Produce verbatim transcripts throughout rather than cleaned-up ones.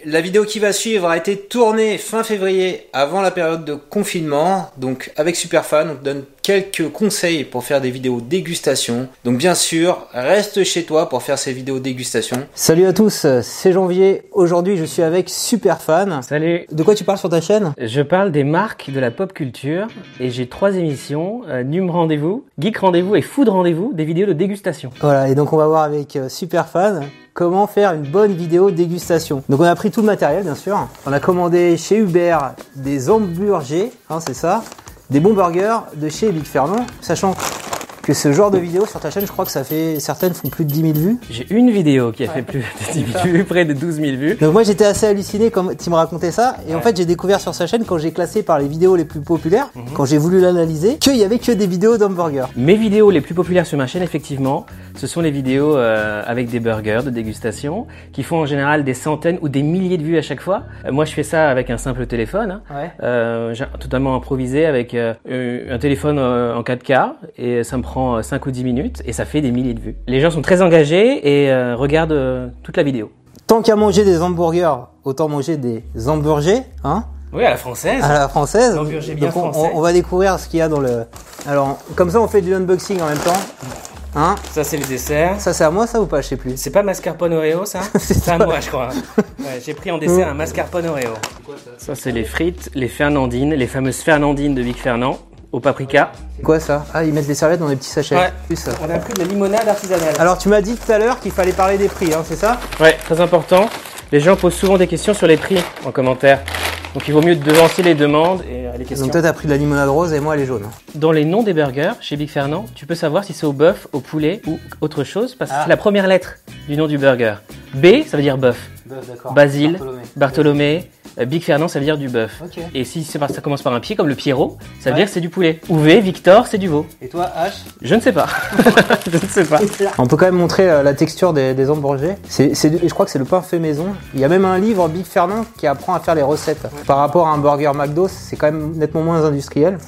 La vidéo qui va suivre a été tournée fin février avant la période de confinement. Donc avec Superfan, on te donne quelques conseils pour faire des vidéos dégustation. Donc bien sûr, reste chez toi pour faire ces vidéos dégustation. Salut à tous, c'est Janvier. Aujourd'hui, je suis avec Superfan. Salut. De quoi tu parles sur ta chaîne? Je parle des marques de la pop culture et j'ai trois émissions, euh, Num Rendez-vous, Geek Rendez-vous et Food Rendez-vous, des vidéos de dégustation. Voilà, et donc on va voir avec euh, Superfan comment faire une bonne vidéo dégustation. Donc on a pris tout le matériel bien sûr. On a commandé chez Uber des hamburgers, hein, c'est ça, des bons burgers de chez Big Fernand, sachant que ce genre de vidéo sur ta chaîne, je crois que ça fait, certaines font plus de dix mille vues. J'ai une vidéo qui a fait plus de dix mille vues, près de douze mille vues. Donc moi j'étais assez halluciné quand tu me racontais ça, et ouais. En fait j'ai découvert sur sa chaîne, quand j'ai classé par les vidéos les plus populaires, mm-hmm. quand j'ai voulu l'analyser, qu'il y avait que des vidéos d'hamburgers. Mes vidéos les plus populaires sur ma chaîne, effectivement, ce sont les vidéos euh, avec des burgers de dégustation, qui font en général des centaines ou des milliers de vues à chaque fois. Euh, moi je fais ça avec un simple téléphone, hein. Ouais. euh, j'ai totalement improvisé avec euh, un téléphone euh, en quatre K, et ça me prend cinq ou dix minutes et ça fait des milliers de vues. Les gens sont très engagés et euh, regardent euh, toute la vidéo. Tant qu'à manger des hamburgers, autant manger des hamburgers, hein? Oui, à la française. À la française. Hamburger bien Donc on, français. On, on va découvrir ce qu'il y a dans le... Alors, comme ça on fait du unboxing en même temps. Hein? Ça c'est le dessert. Ça c'est à moi ça ou pas? Je sais plus. C'est pas mascarpone Oreo ça? C'est à moi je crois. Ouais, j'ai pris en dessert un mascarpone Oreo. Ça c'est les frites, les fernandines, les fameuses fernandines de Big Fernand. Au paprika. C'est quoi ça? Ah, ils mettent des serviettes dans des petits sachets. Ouais. Plus, on a pris de la limonade artisanale. Alors tu m'as dit tout à l'heure qu'il fallait parler des prix, hein, c'est ça? Ouais, très important. Les gens posent souvent des questions sur les prix en commentaire. Donc il vaut mieux devancer les demandes et les questions. Donc toi t'as pris de la limonade rose et moi elle est jaune. Dans les noms des burgers, chez Big Fernand, tu peux savoir si c'est au bœuf, au poulet ou autre chose parce que ah. c'est la première lettre du nom du burger. B, ça veut dire bœuf. Bœuf, d'accord. Basile, Bartholomé. Bartholomé. Big Fernand, ça veut dire du bœuf. Okay. Et si ça commence par un pied, comme le Pierrot, ça veut ouais. dire que c'est du poulet. Ou V, Victor, c'est du veau. Et toi, H? Je ne sais pas. Je ne sais pas. On peut quand même montrer la texture des, des hamburgers. C'est, c'est, je crois que c'est le pain fait maison. Il y a même un livre, Big Fernand, qui apprend à faire les recettes. Ouais. Par rapport à un burger McDo, c'est quand même nettement moins industriel.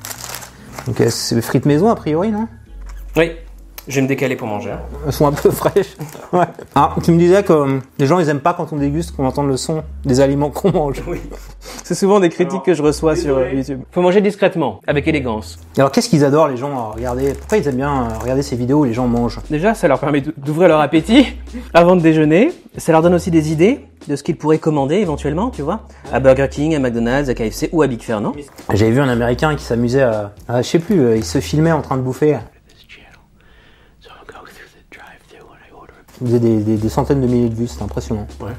Donc c'est frites maison, a priori, non? Oui. Je vais me décaler pour manger. Elles sont un peu fraîches. Ouais. Ah, tu me disais que euh, les gens ils aiment pas quand on déguste, qu'on entende le son des aliments qu'on mange. Oui. C'est souvent des critiques alors, que je reçois sur euh, YouTube. Faut manger discrètement, avec élégance. Alors qu'est-ce qu'ils adorent les gens à regarder? Pourquoi ils aiment bien regarder ces vidéos où les gens mangent? Déjà, ça leur permet d'ouvrir leur appétit avant de déjeuner. Ça leur donne aussi des idées de ce qu'ils pourraient commander éventuellement, tu vois, à Burger King, à McDonald's, à K F C ou à Big Fernand. J'avais vu un Américain qui s'amusait à, à je sais plus, euh, il se filmait en train de bouffer. Il faisait des, des, des centaines de milliers de vues, c'est impressionnant. Ouais.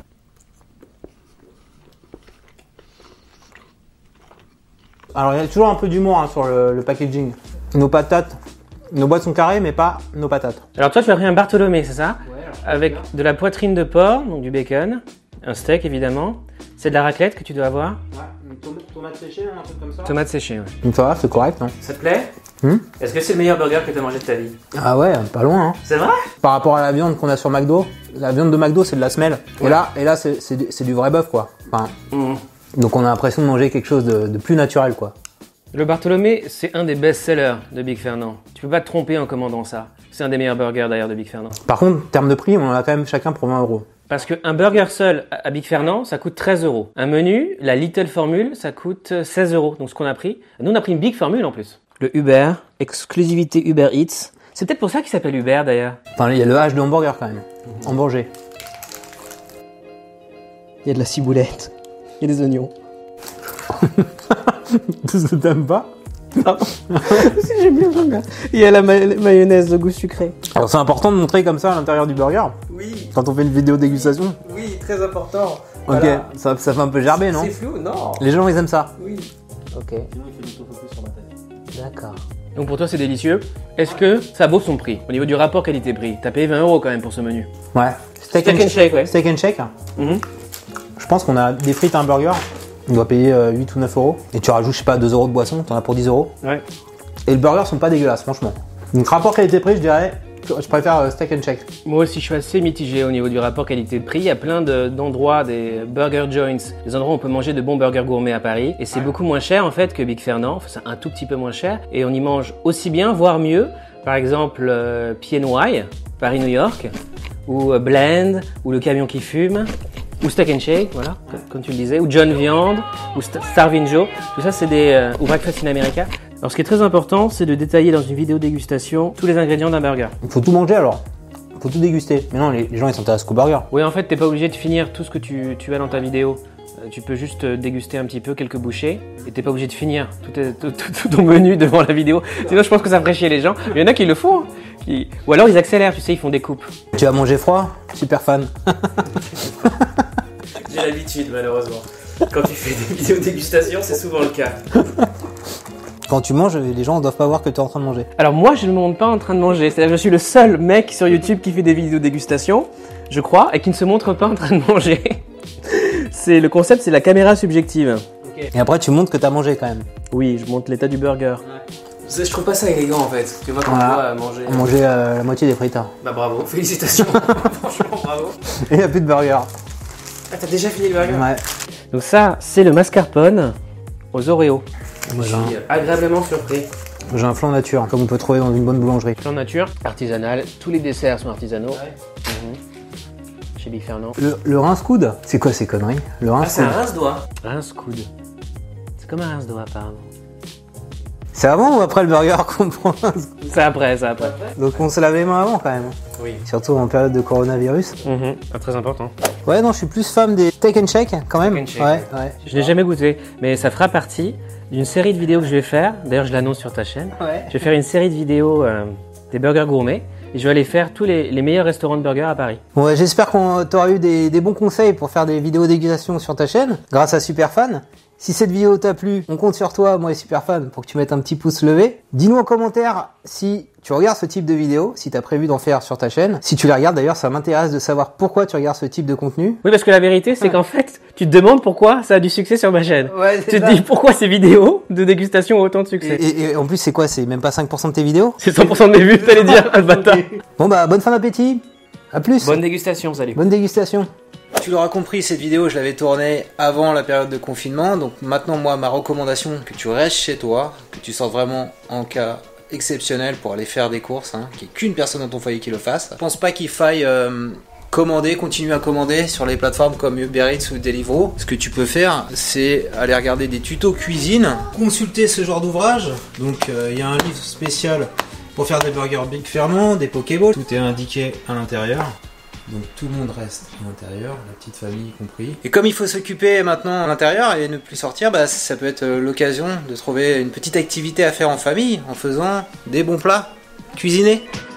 Alors il y a toujours un peu d'humour hein, sur le, le packaging. Nos patates, nos boîtes sont carrées mais pas nos patates. Alors toi tu as pris un Bartholomé, c'est ça? Ouais. Avec de la poitrine de porc, donc du bacon, un steak évidemment. C'est de la raclette que tu dois avoir? Ouais, une tomate, tomate séchée, un truc comme ça. Tomate séchée, ouais. Donc ça va, c'est correct. Hein. Ça te plaît? Hmm Est-ce que c'est le meilleur burger que tu as mangé de ta vie? Ah ouais, pas loin. Hein. C'est vrai? Par rapport à la viande qu'on a sur McDo, la viande de McDo c'est de la semelle. Ouais. Et là, et là c'est, c'est, du, c'est du vrai bœuf quoi. Enfin, mmh. Donc on a l'impression de manger quelque chose de, de plus naturel quoi. Le Bartholomé, c'est un des best-sellers de Big Fernand. Tu peux pas te tromper en commandant ça. C'est un des meilleurs burgers d'ailleurs de Big Fernand. Par contre, en termes de prix, on en a quand même chacun pour vingt euros. Parce qu'un burger seul à Big Fernand, ça coûte treize euros. Un menu, la Little Formule, ça coûte seize euros. Donc ce qu'on a pris, nous on a pris une Big Formule en plus. Le Uber, exclusivité Uber Eats. C'est peut-être pour ça qu'il s'appelle Uber d'ailleurs. Enfin, il y a le H de hamburger quand même. Mmh. Hamburger. Il y a de la ciboulette. Il y a des oignons. Tout ce que t'aimes pas? Non. Si j'aime bien le burger. Il y a la ma- mayonnaise de goût sucré. Alors c'est important de montrer comme ça à l'intérieur du burger. Oui. Quand on fait une vidéo dégustation. Oui, très important. Ok, voilà. ça, ça fait un peu gerber, non? C'est flou, non. Les gens ils aiment ça. Oui. Ok. Sinon il fait du tofu plus sur ma tête. D'accord. Donc pour toi c'est délicieux. Est-ce que ça vaut son prix? Au niveau du rapport qualité-prix, t'as payé vingt euros quand même pour ce menu. Ouais. Steak, Steak and shake, ouais. Steak and shake. Mm-hmm. Je pense qu'on a des frites à un burger. On doit payer euh, huit ou neuf euros. Et tu rajoutes, je sais pas, deux euros de boisson. T'en as pour dix euros. Ouais. Et le burger sont pas dégueulasses, franchement. Donc rapport qualité-prix, je dirais, je préfère euh, Steak and Shake. Moi aussi, je suis assez mitigé au niveau du rapport qualité-prix. Il y a plein de, d'endroits, des burger joints, des endroits où on peut manger de bons burgers gourmets à Paris. Et c'est ouais. beaucoup moins cher en fait que Big Fernand. Enfin, c'est un tout petit peu moins cher. Et on y mange aussi bien, voire mieux. Par exemple, euh, Pied Noir, Paris-New York, ou euh, Blend, ou Le Camion qui fume. ou Steak and Shake, voilà, comme tu le disais, ou John Viande, ou Starvin Joe. Tout ça, c'est des euh, ou Breakfast in America. Alors, ce qui est très important, c'est de détailler dans une vidéo dégustation tous les ingrédients d'un burger. Il faut tout manger alors. Il faut tout déguster. Mais non, les, les gens ils s'intéressent qu'au burger. Oui, en fait, t'es pas obligé de finir tout ce que tu, tu as dans ta vidéo. Euh, tu peux juste déguster un petit peu, quelques bouchées, et t'es pas obligé de finir tout, est, tout, tout, tout ton menu devant la vidéo. Sinon, je pense que ça ferait chier les gens. Il y en a qui le font. Hein. Qui... Ou alors ils accélèrent, tu sais, ils font des coupes. Tu vas manger froid? Super fan. J'ai l'habitude, malheureusement. Quand tu fais des vidéos dégustation, c'est souvent le cas. Quand tu manges, les gens ne doivent pas voir que tu es en train de manger. Alors moi, je ne me montre pas en train de manger. C'est-à-dire que je suis le seul mec sur YouTube qui fait des vidéos dégustation, je crois, et qui ne se montre pas en train de manger. C'est le concept, c'est la caméra subjective. Okay. Et après, tu montres que tu as mangé quand même. Oui, je montre l'état du burger. Ouais. Je trouve pas ça élégant en fait. Que moi, quand voilà. on voit manger. Manger euh, la moitié des fritas. Bah bravo, félicitations. Franchement, bravo. Et il n'y a plus de burger. Ah, t'as déjà fini le burger? Ouais. Donc ça, c'est le mascarpone aux Oreos. Moi, je suis agréablement surpris. J'ai un flan nature, comme on peut trouver dans une bonne boulangerie. Flan nature, artisanal. Tous les desserts sont artisanaux. Ouais. Mmh. Chez Big Fernand. Le, le rince-coude, c'est quoi ces conneries? Le rince-coude. Ah, c'est un rince-doigt. Rince-coude. C'est comme un rince-doigt apparemment. C'est avant ou après le burger qu'on prend? C'est après, c'est après. Donc on se lave les mains avant quand même. Oui. Surtout en période de coronavirus. Mmh. Ah, très important. Ouais, non, je suis plus fan des Steak and Shake quand même. Steak and Shake. Ouais, ouais. Je l'ai jamais goûté, mais ça fera partie d'une série de vidéos que je vais faire. D'ailleurs, je l'annonce sur ta chaîne. Ouais. Je vais faire une série de vidéos euh, des burgers gourmets. Et je vais aller faire tous les, les meilleurs restaurants de burgers à Paris. Ouais, j'espère qu'on t'aura eu des, des bons conseils pour faire des vidéos dégustation sur ta chaîne, grâce à Superfan. Si cette vidéo t'a plu, on compte sur toi, moi et Superfan, pour que tu mettes un petit pouce levé. Dis-nous en commentaire si tu regardes ce type de vidéo, si tu as prévu d'en faire sur ta chaîne. Si tu les regardes d'ailleurs, ça m'intéresse de savoir pourquoi tu regardes ce type de contenu. Oui, parce que la vérité, c'est ouais. qu'en fait, tu te demandes pourquoi ça a du succès sur ma chaîne. Ouais, tu te dis pourquoi ces vidéos de dégustation ont autant de succès. Et, et, et en plus, c'est quoi? C'est même pas cinq pour cent de tes vidéos? C'est cent pour cent de mes vues, t'allais dire, un bâtard. Bon bah, bonne fin d'appétit. À plus. Bonne dégustation, salut. Bonne dégustation. Tu l'auras compris, cette vidéo, je l'avais tournée avant la période de confinement. Donc maintenant, moi, ma recommandation, que tu restes chez toi, que tu sortes vraiment en cas exceptionnel pour aller faire des courses, hein, qu'il n'y ait qu'une personne dans ton foyer qui le fasse. Je pense pas qu'il faille euh, commander, continuer à commander sur les plateformes comme Uber Eats ou Deliveroo. Ce que tu peux faire, c'est aller regarder des tutos cuisine, consulter ce genre d'ouvrage. Donc il euh, y a un livre spécial pour faire des burgers Big Fernand, des Pokéballs. Tout est indiqué à l'intérieur. Donc tout le monde reste à l'intérieur, la petite famille y compris. Et comme il faut s'occuper maintenant à l'intérieur et ne plus sortir, bah, ça peut être l'occasion de trouver une petite activité à faire en famille en faisant des bons plats cuisinés.